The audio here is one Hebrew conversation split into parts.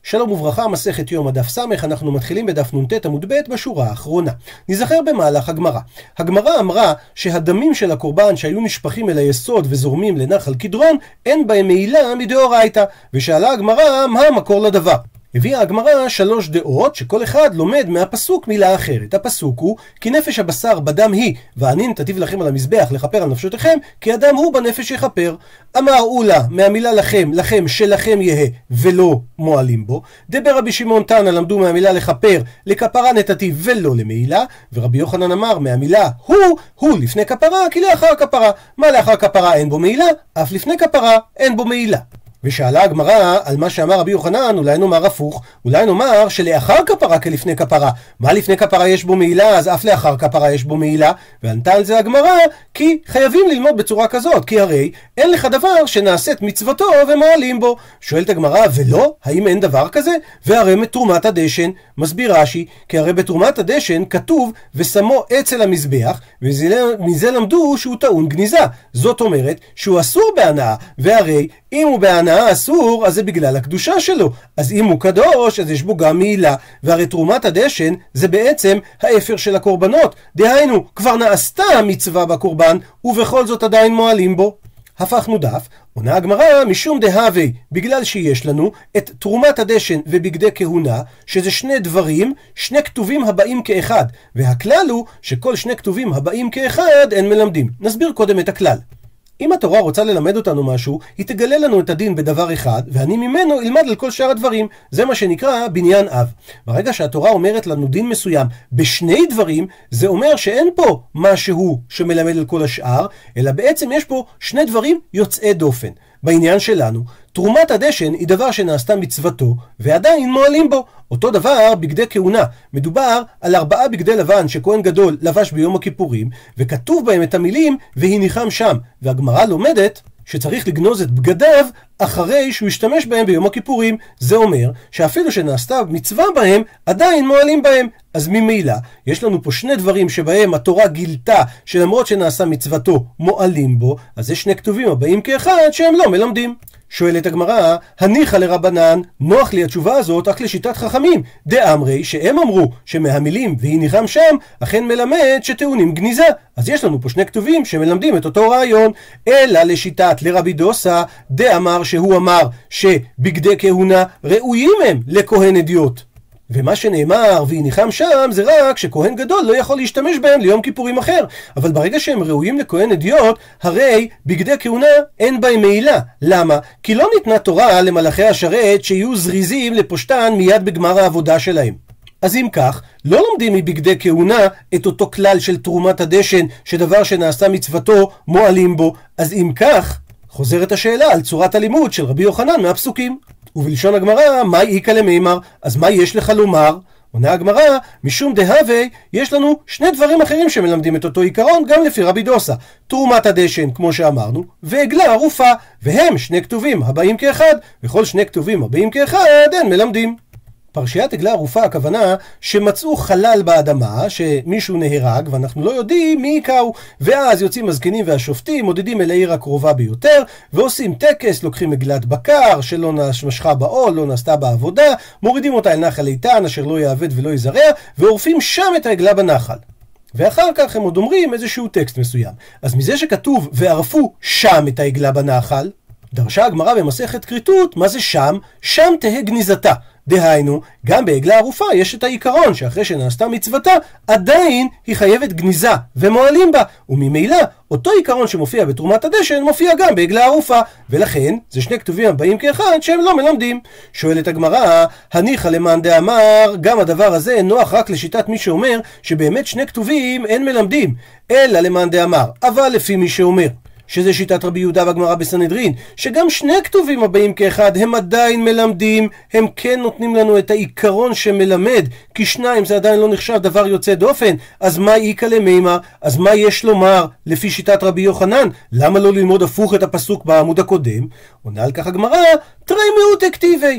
שלום וברכה, מסכת יום הדף סמך, אנחנו מתחילים בדף נ"ט עמוד ב' בשורה האחרונה. נזכר במהלך הגמרא. הגמרא אמרה שהדמים של הקורבן שהיו נשפכים אל היסוד וזורמים לנחל קדרון, אין בהם מעילה מדאורייתא, ושאלה הגמרא מה המקור לדבר. הביאה הגמרא 3 דעות שכל אחד לומד מהפסוק מילה אחרת. הפסוק הוא כי נפש הבשר בדם היא, וענין תטיב לכם על המזבח לכפר על נפשותיכם, כי הדם הוא בנפש יכפר. אמר אולה מהמילה לכם, לכם שלכם יהא ולא מועלים בו. דבר רבי שמעון תנא למדו מהמילה לכפר לכפרה נתתיב ולא למעילה, ורבי יוחנן אמר מהמילה הוא לפני כפרה כי לאחר כפרה. מה לאחר כפרה אין בו מעילה? אף לפני כפרה אין בו מעילה. ושאלה הגמרא על מה שאמר רבי יוחנן, אולי נאמר הפוך, אולי נאמר שלאחר כפרה כלפני כפרה. מה לפני כפרה יש בו מעילה, אז אף לאחר כפרה יש בו מעילה. וענתה על זה הגמרא, כי חייבים ללמוד בצורה כזאת, כי הרי אין לך דבר שנעשית מצוותו ומועלים בו. שואלת הגמרא, ולא? האם אין דבר כזה? והרי מתרומת הדשן, מסביר רש"י, כי הרי בתרומת הדשן כתוב ושמו אצל המזבח, ומזה למדו שהוא טעון גניזה. זאת אומרת שהוא אסור בהנאה, והרי אם הוא בהנאה אסור, אז זה בגלל הקדושה שלו. אז אם הוא קדוש, אז יש בו גם מעילה. והרי תרומת הדשן זה בעצם האפר של הקורבנות. דהיינו, כבר נעשתה המצווה בקורבן, ובכל זאת עדיין מועלים בו. הפכנו דף, עונה הגמרא משום דהווי, בגלל שיש לנו את תרומת הדשן ובגדי כהונה, שזה 2 דברים, 2 כתובים הבאים כאחד. והכלל הוא שכל 2 כתובים הבאים כאחד אין מלמדים. נסביר קודם את הכלל. אם התורה רוצה ללמד אותנו משהו, היא תגלה לנו את הדין בדבר אחד, ואני ממנו אלמד על כל שאר הדברים. זה מה שנקרא בניין אב. ברגע שהתורה אומרת לנו דין מסוים ב2 דברים, זה אומר שאין פה משהו שמלמד על כל השאר, אלא בעצם יש פה 2 דברים יוצאי דופן. בעניין שלנו, תרומת הדשן היא דבר שנעשתה מצוותו, ועדיין מועלים בו. אותו דבר בגדי כהונה. מדובר על 4 בגדי לבן שכהן גדול לבש ביום הכיפורים, וכתוב בהם את המילים והניחם שם. והגמרא לומדת שצריך לגנוז את בגדיו אחרי שהוא ישתמש בהם ביום הכיפורים. זה אומר שאפילו שנעשתה מצווה בהם, עדיין מועלים בהם. אז ממילא יש לנו פה 2 דברים שבהם התורה גילתה שלמרות שנעשה מצוותו מועלים בו, אז זה 2 כתובים הבאים כאחד שהם לא מלמדים. שואלת הגמרא, הניחא לרבנן, נוח לי התשובה הזאת רק לשיטת חכמים, דאמרי שהם אמרו שמהמילים והניחם שם אכן מלמד שטעונים גניזה. אז יש לנו פה 2 כתובים שמלמדים את אותו רעיון. אלא לשיטת לרבי דוסה, דאמר שהוא אמר שבגדי כהונה ראויים הם לכהן אדיוט, ומה שנאמר והניחם שם זה רק שכהן גדול לא יכול להשתמש בהם ליום כיפורים אחר. אבל ברגע שהם ראויים לכהן אדיוט, הרי בגדי כהונה אין בהם מעילה. למה? כי לא ניתנה תורה למלאכי השרת שיהיו זריזים לפושטן מיד בגמר העבודה שלהם. אז אם כך, לא לומדים מבגדי כהונה את אותו כלל של תרומת הדשן שדבר שנעשה מצוותו מועלים בו. אז אם כך, חוזרת השאלה על צורת הלימוד של רבי יוחנן מהפסוקים. ובלשון הגמרא, מה איקא למימר? אז מה יש לך לומר? עונה הגמרא, משום דהווי, יש לנו 2 דברים אחרים שמלמדים את אותו עיקרון גם לפי רבי דוסה. תרומת הדשן, כמו שאמרנו, ועגלה ערופה, והם 2 כתובים הבאים כאחד, וכל 2 כתובים הבאים כאחד אין מלמדים. פרשיית עגלה ערופה הכוונה שמצאו חלל באדמה, שמישהו נהרג ואנחנו לא יודעים מי יקהו, ואז יוצאים הזקנים והשופטים, מודדים אל העיר הקרובה ביותר ועושים טקס, לוקחים עגלת בקר שלא משכה בעול, לא נעשתה בעבודה, מורידים אותה אל נחל איתן אשר לא יעבד ולא יזרע, ועורפים שם את העגלה בנחל. ואחר כך הם עוד אומרים איזשהו טקסט מסוים. אז מזה שכתוב וערפו שם את העגלה בנחל, דרשה הגמרא במסכת כריתות, מה זה שם? שם תהא גניזתה. דהיינו, גם בעגלה ערופה יש את העיקרון שאחרי שנעשתה מצוותה, עדיין היא חייבת גניזה ומועלים בה, וממילא אותו עיקרון שמופיע בתרומת הדשן מופיע גם בעגלה ערופה, ולכן זה 2 כתובים הבאים כאחד שהם לא מלמדים. שואלת הגמרא, הניחא למאן דאמר, גם הדבר הזה נוח רק לשיטת מי שאומר שבאמת 2 כתובים אין מלמדים, אלא למאן דאמר, אבל לפי מי שאומר שזה שיטת רבי יהודה בגמרא בסנהדרין, שגם 2 כתובים הבאים כאחד הם עדיין מלמדים, הם כן נותנים לנו את העיקרון שמלמד, כי 2 זה עדיין לא נחשב דבר יוצא דופן. אז מה איקא למימר? אז מה יש לומר לפי שיטת רבי יוחנן? למה לא ללמוד הפוך את הפסוק בעמוד הקודם? עונה על כך הגמרא, תרי מיעוט כתיבי.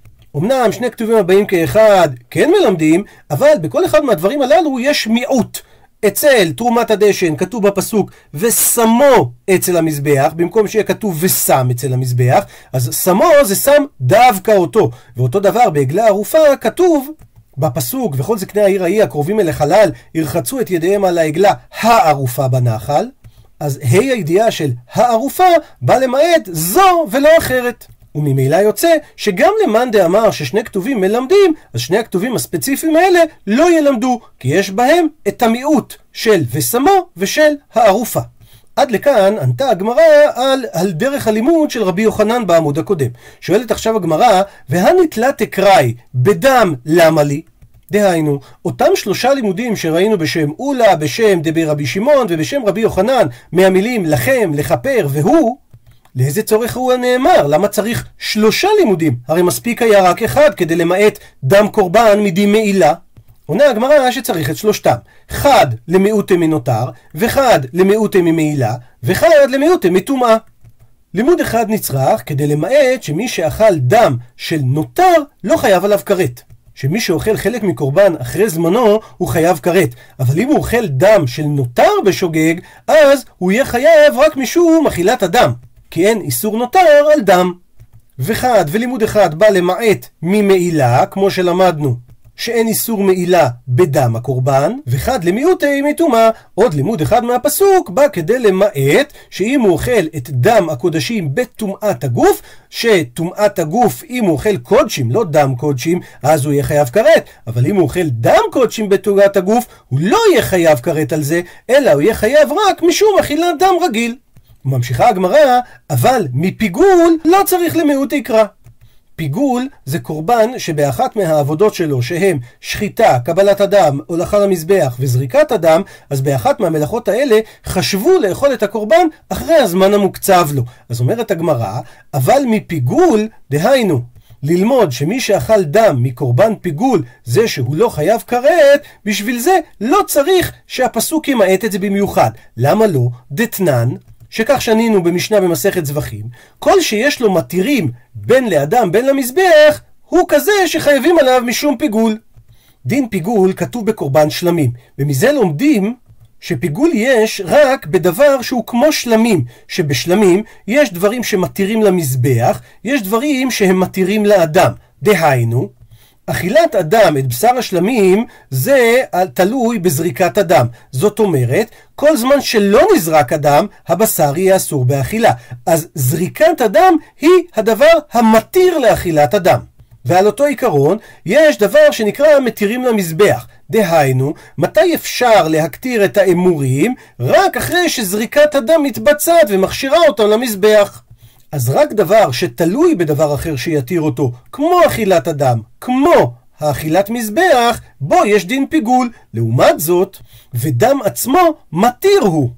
אמנם 2 כתובים הבאים כאחד כן מלמדים, אבל בכל אחד מהדברים הללו יש מיעוט. אצל תרומת הדשן כתוב בפסוק ושמו אצל המזבח, במקום שיהיה כתוב ושם אצל המזבח, אז שמו זה שם דווקא אותו. ואותו דבר בעגלה ערופה כתוב בפסוק וכל זקני העיר ההיא הקרובים אל החלל ירחצו את ידיהם על העגלה הערופה בנחל. אז הידיעה של הערופה בא למעט זו ולא אחרת. וממילא יוצא שגם למאן דאמר ששני כתובים מלמדים, אז שני הכתובים הספציפיים האלה לא ילמדו, כי יש בהם את המיעוט של ושמו ושל הערופה. עד לכאן ענתה הגמרא על דרך הלימוד של רבי יוחנן בעמוד הקודם. שואלת עכשיו הגמרא, והנתלה תקראי בדם למה לי? דהיינו, אותם 3 לימודים שראינו בשם אולה, בשם דבי רבי שמעון ובשם רבי יוחנן, מהמילים לכם, לכפר והוא, לאיזה צורך הוא הנאמר? למה צריך 3 לימודים? הרי מספיק היה רק אחד כדי למעט דם קורבן מדין מעילה. עונה הגמרא שצריך את 3, 1 למיעוט מנותר, ו1 למיעוט ממעילה, ו1 למיעוט מטומאה. לימוד אחד נצרך כדי למעט שמי שאכל דם של נותר לא חייב עליו כרת. שמי שאוכל חלק מקורבן אחרי זמנו הוא חייב כרת, אבל אם הוא אוכל דם של נותר בשוגג, אז הוא יהיה חייב רק משום אכילת הדם, כי אין איסור נותר על דם. וחד ולימוד אחד בא למעט ממעילה, כמו שלמדנו שאין איסור מעילה בדם הקורבן, וחד למיעוטי מטומאה. עוד לימוד אחד מהפסוק בא כדי למעט שאם הוא אוכל את דם הקודשים בטומאת הגוף, שטומאת הגוף אם הוא אוכל קודשים, לא דם קודשים, אז הוא יהיה חייב כרת, אבל אם הוא אוכל דם קודשים בטומאת הגוף, הוא לא יהיה חייב כרת על זה, אלא הוא יהיה חייב רק משום אכילת דם רגיל. ממשיכה הגמרא, אבל מפיגול לא צריך למיעוט יקרא. פיגול זה קורבן שבאחת מהעבודות שלו שהם שחיטה, קבלת הדם, הולכה למזבח וזריקת הדם, אז באחת מהמלאכות האלה חשבו לאכול את הקורבן אחרי הזמן המוקצב לו. אז אומרת הגמרא, אבל מפיגול, דהיינו ללמוד שמי שאכל דם מקורבן פיגול זה שהוא לא חייב כרת, בשביל זה לא צריך שהפסוק ימעט את זה במיוחד. למה לא? דתנן, שכך שנינו במשנה במסכת זבחים, כל שיש לו מתירים בין לאדם בין למזבח, הוא כזה שחייבים עליו משום פיגול. דין פיגול כתוב בקורבן שלמים, ומזה לומדים שפיגול יש רק בדבר שהוא כמו שלמים, שבשלמים יש דברים שמתירים למזבח, יש דברים שהם מתירים לאדם. דהיינו, אכילת אדם את בשר השלמים זה תלוי בזריקת הדם. זאת אומרת, כל זמן שלא נזרק הדם, הבשר יהיה אסור באכילה. אז זריקת הדם היא הדבר המתיר לאכילת הדם. ועל אותו עיקרון, יש דבר שנקרא מתירים למזבח. דהיינו, מתי אפשר להקטיר את האמורים? רק אחרי שזריקת הדם מתבצעת ומכשירה אותם למזבח. אז רק דבר שתלוי בדבר אחר שיתיר אותו, כמו אכילת אדם, כמו האכילת מזבח, בו יש דין פיגול. לעומת זאת, ודם עצמו מתיר הוא.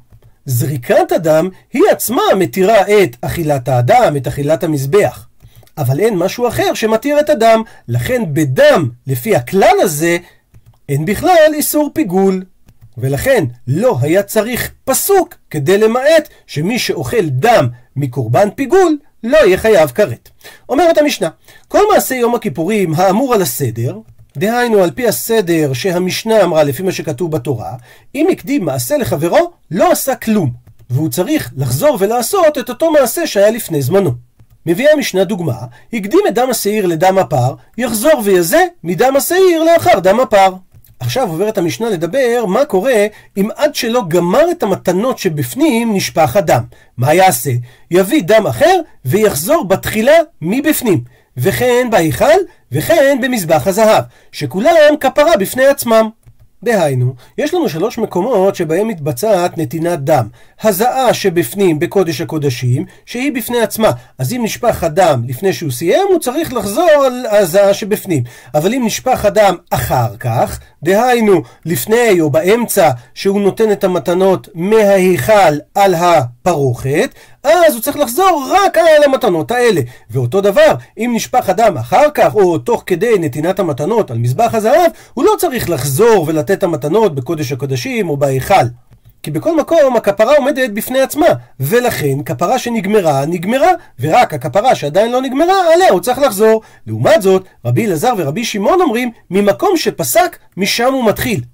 זריקת הדם היא עצמה מתירה את אכילת האדם, את אכילת המזבח. אבל אין משהו אחר שמתיר את הדם, לכן בדם, לפי הכלל הזה, אין בכלל איסור פיגול. ולכן לא היה צריך פסוק כדי למעט שמי שאוכל דם מקורבן פיגול לא יהיה חייב כרת. אומרת המשנה, כל מעשה יום הכיפורים האמור על הסדר, דהיינו על פי הסדר שהמשנה אמרה לפי מה שכתוב בתורה, אם הקדים מעשה לחברו לא עשה כלום, והוא צריך לחזור ולעשות את אותו מעשה שהיה לפני זמנו. מביאה המשנה דוגמה, הקדים את דם השעיר לדם הפר, יחזור ויזה מדם השעיר לאחר דם הפר. עכשיו עוברת המשנה לדבר מה קורה אם עד שלא גמר את המתנות שבפנים נשפך הדם. מה יעשה? יביא דם אחר ויחזור בתחילה מבפנים, וכן בהיכל וכן במזבח הזהב, שכולם כפרה בפני עצמם. דהיינו, יש לנו 3 מקומות שבהם מתבצעת נתינת דם. הזעה שבפנים בקודש הקודשים, שהיא בפני עצמה. אז אם נשפך הדם לפני שהוא סיים, הוא צריך לחזור על הזעה שבפנים. אבל אם נשפך הדם אחר כך, דהיינו לפני או באמצע שהוא נותן את המתנות מההיכל על הפרוכת, אז הוא צריך לחזור רק על המתנות האלה. ואותו דבר, אם נשפך הדם אחר כך או תוך כדי נתינת המתנות על מזבח הזהב, הוא לא צריך לחזור ולתת את המתנות בקודש הקודשים או בהיכל. כי בכל מקום הכפרה עומדת בפני עצמה, ולכן כפרה שנגמרה, נגמרה, ורק הכפרה שעדיין לא נגמרה, עליה הוא צריך לחזור. לעומת זאת, רבי אלעזר ורבי שמעון אומרים, ממקום שפסק, משם הוא מתחיל.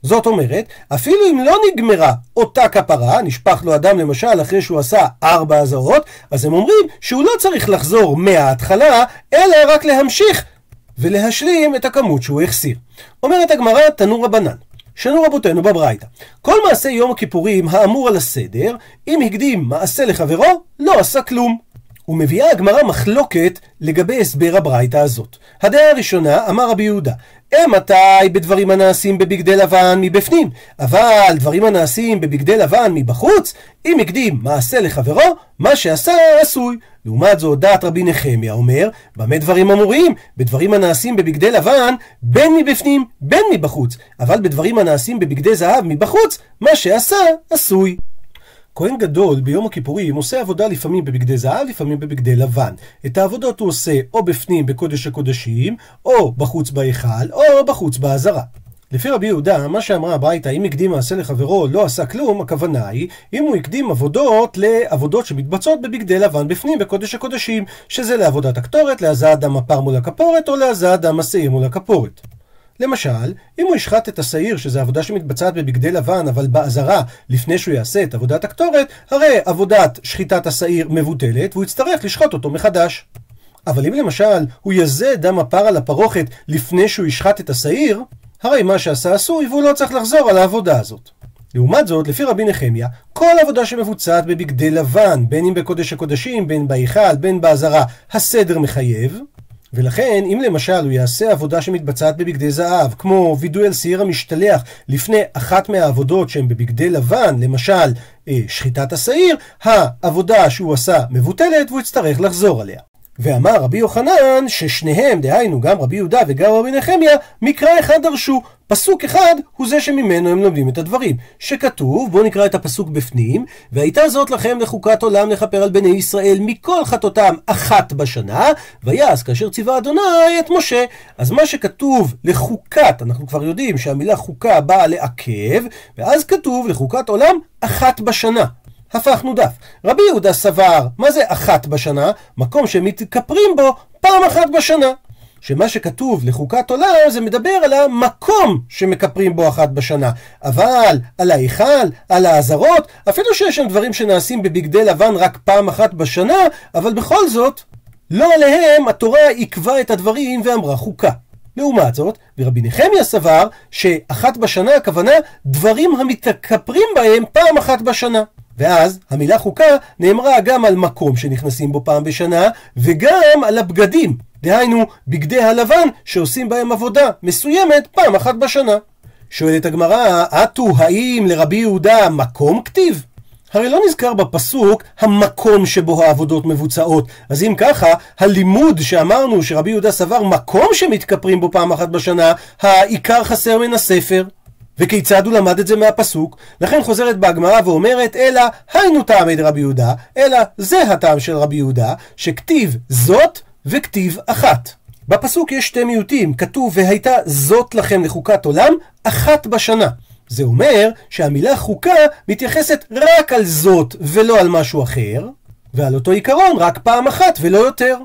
זאת אומרת, אפילו אם לא נגמרה אותה כפרה, נשפך לו אדם למשל אחרי שהוא עשה 4 הזרות, אז הם אומרים שהוא לא צריך לחזור מההתחלה, אלא רק להמשיך ולהשלים את הכמות שהוא החסיר. אומרת הגמרא, תנו רבנן, שנו רבותינו בברייתא, כל מעשה יום הכיפורים האמור על הסדר, אם הקדים מעשה לחברו, לא עשה כלום. ומביאה הגמרא מחלוקת לגבי הסבר הברייתא הזאת. הדעה הראשונה, אמר רבי יהודה, מתי בדברים הנעשים בבגדי לבן מבפנים, אבל דברים הנעשים בבגדי לבן מבחוץ, אם הקדים מעשה לחברו, מה שעשה עשוי. לעומת זאת דעת רבי נחמיה אומר, במה דברים אמורים? בדברים הנעשים בבגדי לבן, בין מבפנים בין מבחוץ, אבל בדברים הנעשים בבגדי זהב מבחוץ, מה שעשה עשוי. כהן גדול ביום הכיפורים עושה עבודה לפעמים בבגדי זהב, לפעמים בבגדי לבן. את העבודות הוא עושה או בפנים בקודש הקודשים, או בחוץ בהיכל, או בחוץ בעזרה. לפי רבי יהודה, מה שאמרה הברייתא, אם הקדים מעשה לחברו לא עשה כלום, הכוונה היא, אם הוא הקדים עבודות לעבודות שמתבצעות בבגדי לבן בפנים בקודש הקודשים, שזה לעבודת הקטורת, להזעת דם הפר מול הכפורת, או להזעת דם השעיר מול הכפורת. למשל, אם הוא ישחט את השעיר, שזו עבודה שמתבצעת בבגדי לבן, אבל בעזרה לפני שהוא יעשה את עבודת הקטורת, הרי עבודת שחיטת השעיר מבוטלת, והוא יצטרך לשחוט אותו מחדש. אבל אם למשל הוא יזה דם הפר על הפרוכת לפני שהוא ישחט את השעיר, הרי מה שעשה עשוי, והוא לא צריך לחזור על העבודה הזאת. לעומת זאת, לפי רבי נחמיה, כל עבודה שמבוצעת בבגדי לבן, בין אם בקודש הקודשים, בין בהיכל, בין בעזרה, הסדר מחייב, ולכן, אם למשל הוא יעשה עבודה שמתבצעת בבגדי זהב, כמו וידוי על שעיר המשתלח לפני אחת מהעבודות שהן בבגדי לבן, למשל שחיטת השעיר, העבודה שהוא עשה מבוטלת והוא יצטרך לחזור עליה. ואמר רבי יוחנן ששניהם, דהיינו גם רבי יהודה וגם רבי נחמיה, מקרא אחד דרשו. פסוק אחד הוא זה שממנו הם לומדים את הדברים. שכתוב, בואו נקרא את הפסוק בפנים, והייתה זאת לכם לחוקת עולם לכפר על בני ישראל מכל חטאותם אחת בשנה, ויעש כאשר ציווה אדוני את משה. אז מה שכתוב לחוקת, אנחנו כבר יודעים שהמילה חוקה באה לעכב, ואז כתוב לחוקת עולם אחת בשנה. הפכנו דף. רבי יהודה סבר, מה זה אחת בשנה? מקום שמתכפרים בו פעם אחת בשנה. שמה שכתוב לחוקת עולם זה מדבר על המקום שמכפרים בו אחת בשנה. אבל על ההיכל, על העזרות, אפילו שיש שם דברים שנעשים בבגדי לבן רק פעם אחת בשנה, אבל בכל זאת, לא עליהם התורה עקבה את הדברים ואמרה חוקה. לעומת זאת, ורבי נחמיה סבר שאחת בשנה הכוונה דברים המתכפרים בהם פעם אחת בשנה. ואז המילה חוקה נאמרה גם על מקום שנכנסים בו פעם בשנה, וגם על הבגדים, דהיינו בגדי הלבן שעושים בהם עבודה מסוימת פעם אחת בשנה. שואלת הגמרא, האם לרבי יהודה מקום כתיב? הרי לא נזכר בפסוק המקום שבו העבודות מבוצעות. אז אם ככה, הלימוד שאמרנו שרבי יהודה סבר מקום שמתכפרים בו פעם אחת בשנה, העיקר חסר מן הספר. וכיצד הוא למד את זה מהפסוק? לכן חוזרת בהגמרא ואומרת, אלא היינו טעמי רבי יהודה, אלא זה הטעם של רבי יהודה, שכתיב זאת וכתיב אחת. בפסוק יש שתי מיעוטים, כתוב והייתה זאת לכם לחוקת עולם אחת בשנה. זה אומר שהמילה חוקה מתייחסת רק על זאת ולא על משהו אחר, ועל אותו עיקרון רק פעם אחת ולא יותר.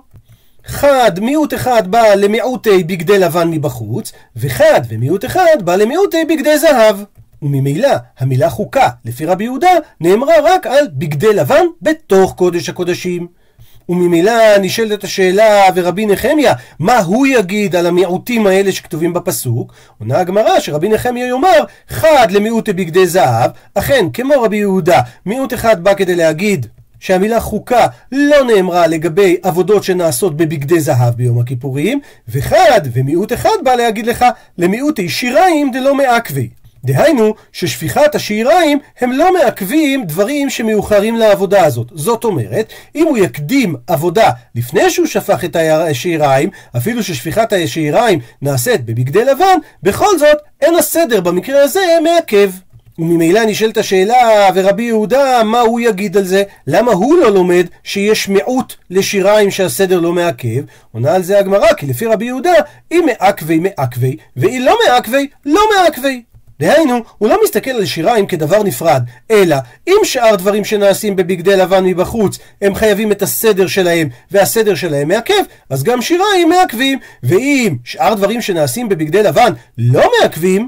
מיעוט אחד בא למיעוטי בגדי לבן מבחוץ, וחד ומיעוט אחד בא למיעוטי בגדי זהב. וממילא המילה חוקה לפי רבי יהודה נאמרה רק על בגדי לבן בתוך קודש הקודשים. וממילא נשאלת השאלה, ורבי נחמיה, מה הוא יגיד על המיעוטים האלה שכתובים בפסוק? עונה הגמרא שרבי נחמיה יאמר, חד למיעוטי בגדי זהב, אכן כמו רבי יהודה, מיעוט אחד בא כדי להגיד שהמילה חוקה לא נאמרה לגבי עבודות שנעשות בבגדי זהב ביום הכיפורים, וחד ומיעוט אחד בא להגיד לך למיעוטי שיריים דלא מעכבי. דהיינו ששפיכת השיריים הם לא מעכבים דברים שמיוחרים לעבודה הזאת. זאת אומרת, אם הוא יקדים עבודה לפני שהוא שפך את השיריים, אפילו ששפיכת השיריים נעשית בבגדי לבן, בכל זאת אין הסדר במקרה הזה מעכב. וממילא נשאלת השאלה, ורבי יהודה, מה הוא יגיד על זה? למה הוא לא לומד שיש מיעוט לשיריים שהסדר לא מעכב? עונה על זה הגמרא, כי לפי רבי יהודה, אם מעכבי מעכבי, ואם לא מעכבי, לא מעכבי. דהיינו, הוא לא מסתכל על שיריים כדבר נפרד, אלא אם שאר דברים שנעשים בבגדי לבן מבחוץ, הם חייבים את הסדר שלהם, והסדר שלהם מעכב, אז גם שיריים מעכבים. ואם שאר דברים שנעשים בבגדי לבן לא מעכבים,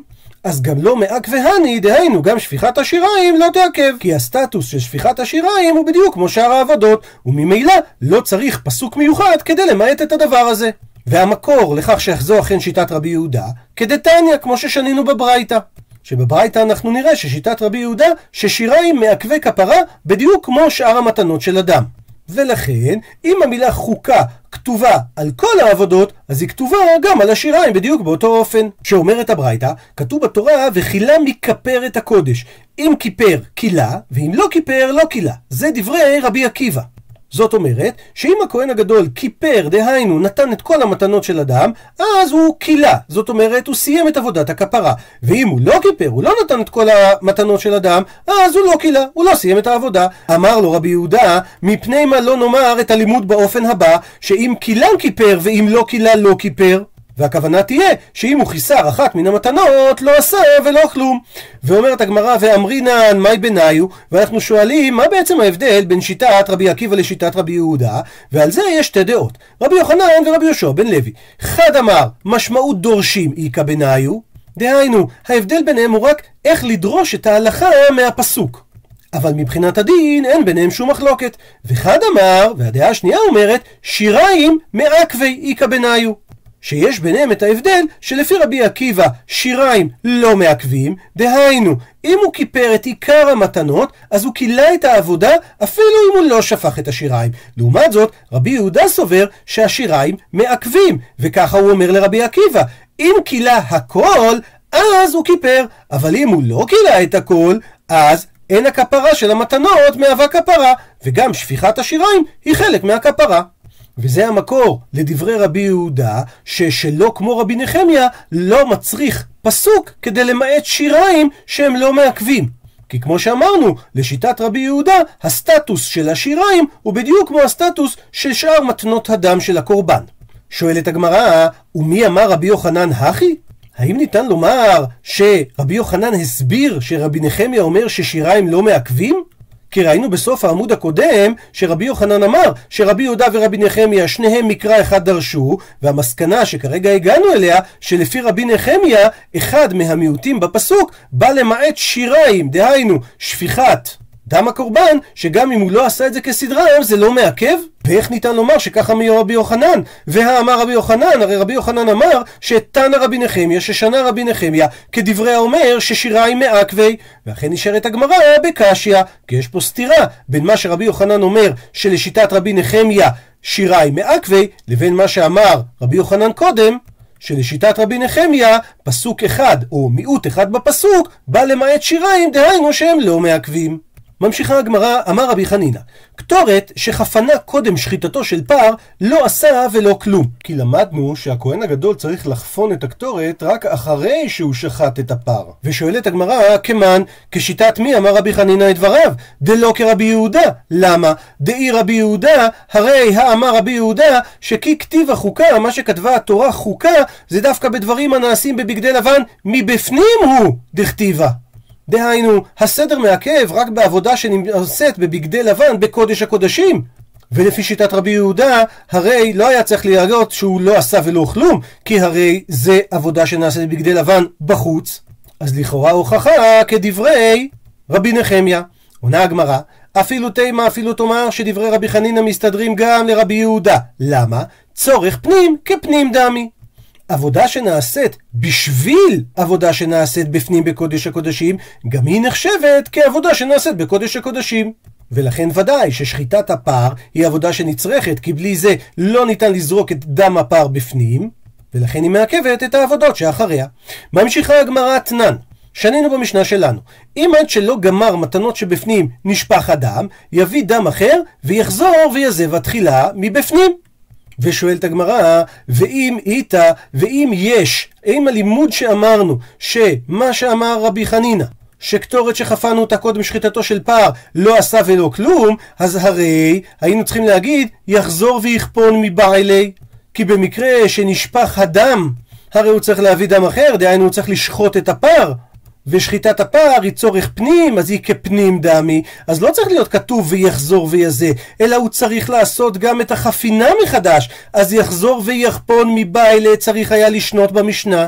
אז גם לא מעכבהני, דהיינו גם שפיכת השיריים לא תעכב, כי הסטטוס של שפיכת השיריים הוא בדיוק כמו שאר העבודות, וממילא לא צריך פסוק מיוחד כדי למעט את הדבר הזה. והמקור לכך שזו אכן שיטת רבי יהודה, כדתניא, כמו ששנינו בברייתא. שבברייתא אנחנו נראה ששיטת רבי יהודה ששיריים מעכבי כפרה בדיוק כמו שאר המתנות של אדם. ולכן אם המילה חוקה כתובה על כל העבודות, אז היא כתובה גם על השיריים בדיוק באותו אופן. שאומרת הברייתא, כתוב בתורה וכילה מכפר את הקודש. אם כיפר כילה, ואם לא כיפר לא כילה. זה דברי רבי עקיבא. זאת אומרת שאם הכהן הגדול כיפר, דהיינו נתן את כל המתנות של אדם, אז הוא כילה, זאת אומרת הוא סיים את עבודת הכפרה. ואם הוא לא כיפר, הוא לא נתן את כל המתנות של אדם, אז הוא לא כילה, הוא לא סיים את העבודה. אמר לו רבי יהודה, מפני מה לא נאמר את הלימוד באופן הבא, שאם כילם כיפר ואם לא כילה לא כיפר? והכוונה תהיה שאם הוא חיסר אחת מן המתנות לא עשה ולא כלום. ואומרת הגמרא ואמרינן מאי בניו, ואנחנו שואלים מה בעצם ההבדל בין שיטת רבי עקיבא לשיטת רבי יהודה, ועל זה יש שתי דעות, רבי יוחנן ורבי יהושע בן לוי. אחד אמר משמעות דורשים איכא בניו, דהיינו ההבדל ביניהם הוא רק איך לדרוש את ההלכה מהפסוק, אבל מבחינת הדין אין ביניהם שום מחלוקת. ואחד אמר, והדעה השנייה אומרת, שיריים מעכבי איכא בניו, שיש ביניהם את ההבדל שלפי רבי עקיבא שיריים לא מעכבים, דהיינו אם הוא כיפר את עיקר המתנות אז הוא כילה את העבודה אפילו אם הוא לא שפך את השיריים. לעומת זאת רבי יהודה סובר שהשיריים מעכבים, וככה הוא אומר לרבי עקיבא, אם כילה הכל אז הוא כיפר, אבל אם הוא לא כילה את הכל אז אין הכפרה של המתנות מהווה כפרה, וגם שפיכת השיריים היא חלק מהכפרה. וזה המקור לדברי רבי יהודה ששלא כמו רבי נחמיה לא מצריך פסוק כדי למעט שיריים שהם לא מעכבים, כי כמו שאמרנו לשיטת רבי יהודה הסטטוס של השיריים הוא בדיוק כמו הסטטוס של שאר מתנות הדם של הקורבן. שואלת הגמרא, ומי אמר רבי יוחנן הכי? האם ניתן לומר שרבי יוחנן הסביר שרבי נחמיה אומר ששיריים לא מעכבים? כי ראינו בסוף העמוד הקודם שרבי יוחנן אמר שרבי יהודה ורבי נחמיה שניהם מקרא אחד דרשו, והמסקנה שכרגע הגענו אליה שלפי רבי נחמיה אחד מהמיעוטים בפסוק בא למעט שיריים, דהיינו שפיכת דם הקורבן, שגם אם הוא לא עשה את זה כסדרם זה לא מעכב. ואיך ניתן לומר שככה רבי יוחנן? והאמר רבי יוחנן, הרי רבי יוחנן אמר שתנא רבי נחמיה ששנה רבי נחמיה כדברי האומר ששיריים מעכבי, ואכן נשארת הגמרא בקשיא, כי יש פה סתירה בין מה שרבי יוחנן אומר שלשיטת רבי נחמיה שיריים מעכבי לבין מה שאמר רבי יוחנן קודם שלשיטת רבי נחמיה פסוק אחד או מיעוט אחד בפסוק בא למעט שיריים, דהיינו שהם לא מעכבים. ממשיכה הגמרא, אמר רבי חנינא, קטורת שחפנה קודם שחיטתו של פר לא עשה ולא כלום, כי למדנו שהכהן הגדול צריך לחפון את הקטורת רק אחרי שהוא שחט את הפר. ושואלת הגמרא, כמן כשיטת מי אמר רבי חנינא את דבריו? דלא כרבי יהודה. למה? דאי רבי יהודה, הרי האמר רבי יהודה שכי כתיב החוקה, מה שכתבה התורה חוקה זה דווקא בדברים הנעשים בבגדי לבן מבפנים הוא דכתיבה, דהיינו הסדר מעכב רק בעבודה שנעשית בבגדי לבן בקודש הקודשים. ולפי שיטת רבי יהודה הרי לא היה צריך להראות שהוא לא עשה ולא כלום, כי הרי זה עבודה שנעשית בבגדי לבן בחוץ, אז לכאורה הוכחה כדברי רבי נחמיה. עונה הגמרא, אפילו תימה אפילו תאמר שדברי רבי חנינא מסתדרים גם לרבי יהודה. למה? צורך פנים כפנים דמי, עבודה שנעשית בשביל עבודה שנעשית בפנים בקודש הקודשים גם היא נחשבת כעבודה שנעשית בקודש הקודשים, ולכן ודאי ששחיטת הפר היא עבודה שנצרכת, כי בלי זה לא ניתן לזרוק את דם הפר בפנים, ולכן היא מעכבת את העבודות שאחריה. ממשיכה הגמרא תנן, שנינו במשנה שלנו, אם עד שלא גמר מתנות שבפנים נשפך הדם, יביא דם אחר ויחזור ויזב התחילה מבפנים. ושואלת הגמרא, ואם איתה, ואם יש, אם הלימוד שאמרנו שמה שאמר רבי חנינא שקטורת שחפנו אותה קודם שחיטתו של פר לא עשה ולא כלום, אז הרי היינו צריכים להגיד יחזור ויחפון מבעילי, כי במקרה שנשפך הדם הרי הוא צריך להביא דם אחר, דהיינו הוא צריך לשחוט את הפר, ושחיטת הפר היא צורך פנים, אז היא כפנים דמי, אז לא צריך להיות כתוב ויחזור ויזה, אלא הוא צריך לעשות גם את החפינה מחדש, אז יחזור ויחפון מבעילה צריך היה לשנות במשנה.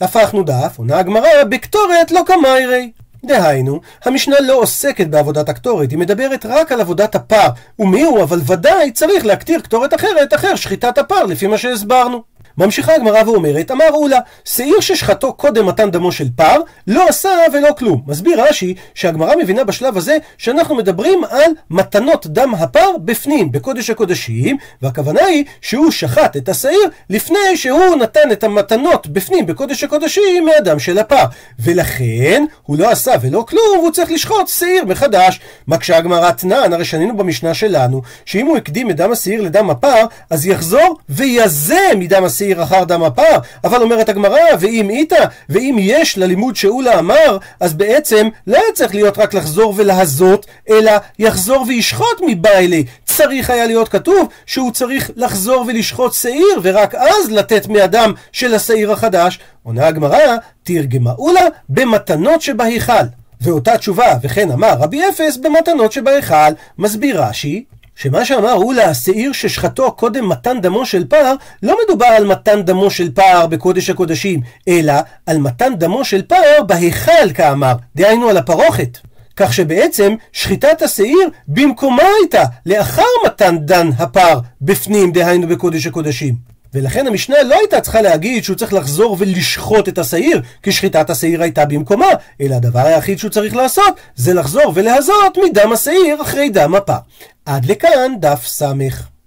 הפכנו דף, עונה הגמרא, בקטורת לא כמיירי. דהיינו, המשנה לא עוסקת בעבודת הקטורת, היא מדברת רק על עבודת הפר. ומיהו, אבל ודאי צריך להקטיר קטורת אחרת, אחר שחיטת הפר, לפי מה שהסברנו. ממשיכה הגמרא ואומרת, אמר אולה, שעיר ששחטו קודם מתן דמו של פר, לא עשה ולא כלום. מסביר רש"י שהגמרא מבינה בשלב הזה שאנחנו מדברים על מתנות דם הפר בפנים, בקודש הקודשים, והכוונה היא שהוא שחט את השעיר לפני שהוא נתן את המתנות בפנים, בקודש הקודשים, מהדם של הפר. ולכן הוא לא עשה ולא כלום, והוא צריך לשחוט שעיר מחדש. מקשה הגמרא תנן, הרי שנינו במשנה שלנו, שאם הוא הקדים את דם השעיר לדם הפר, אז יחזור ויזה מדם השעיר אחר דם הפר. אבל אומרת הגמרא, ואם איתה, ואם יש ללימוד שאולה אמר, אז בעצם לא צריך להיות רק לחזור ולהזות, אלא יחזור וישחוט מבעילי. צריך היה להיות כתוב שהוא צריך לחזור ולשחוט שעיר, ורק אז לתת מהדם של השעיר החדש. עונה הגמרא, תרגמה אולה במתנות שבהיכל. ואותה תשובה, וכן אמר רבי אפס, במתנות שבהיכל. מסביר רש"י שמה שאמר אולה, השעיר ששחטו קודם מתן דמו של פר, לא מדובר על מתן דמו של פר בקודש הקודשים, אלא על מתן דמו של פר בהיכל כאמר, דהיינו על הפרוכת. כך שבעצם שחיטת השעיר במקומה הייתה לאחר מתן דם הפר בפנים, דהיינו בקודש הקודשים. ולכן המשנה לא הייתה צריכה להגיד שהוא צריך לחזור ולשחוט את השעיר, כי שחיטת השעיר הייתה במקומה, אלא הדבר היחיד שהוא צריך לעשות זה לחזור ולהזות מדם השעיר אחרי דם הפר. עד לכאן דף סמך.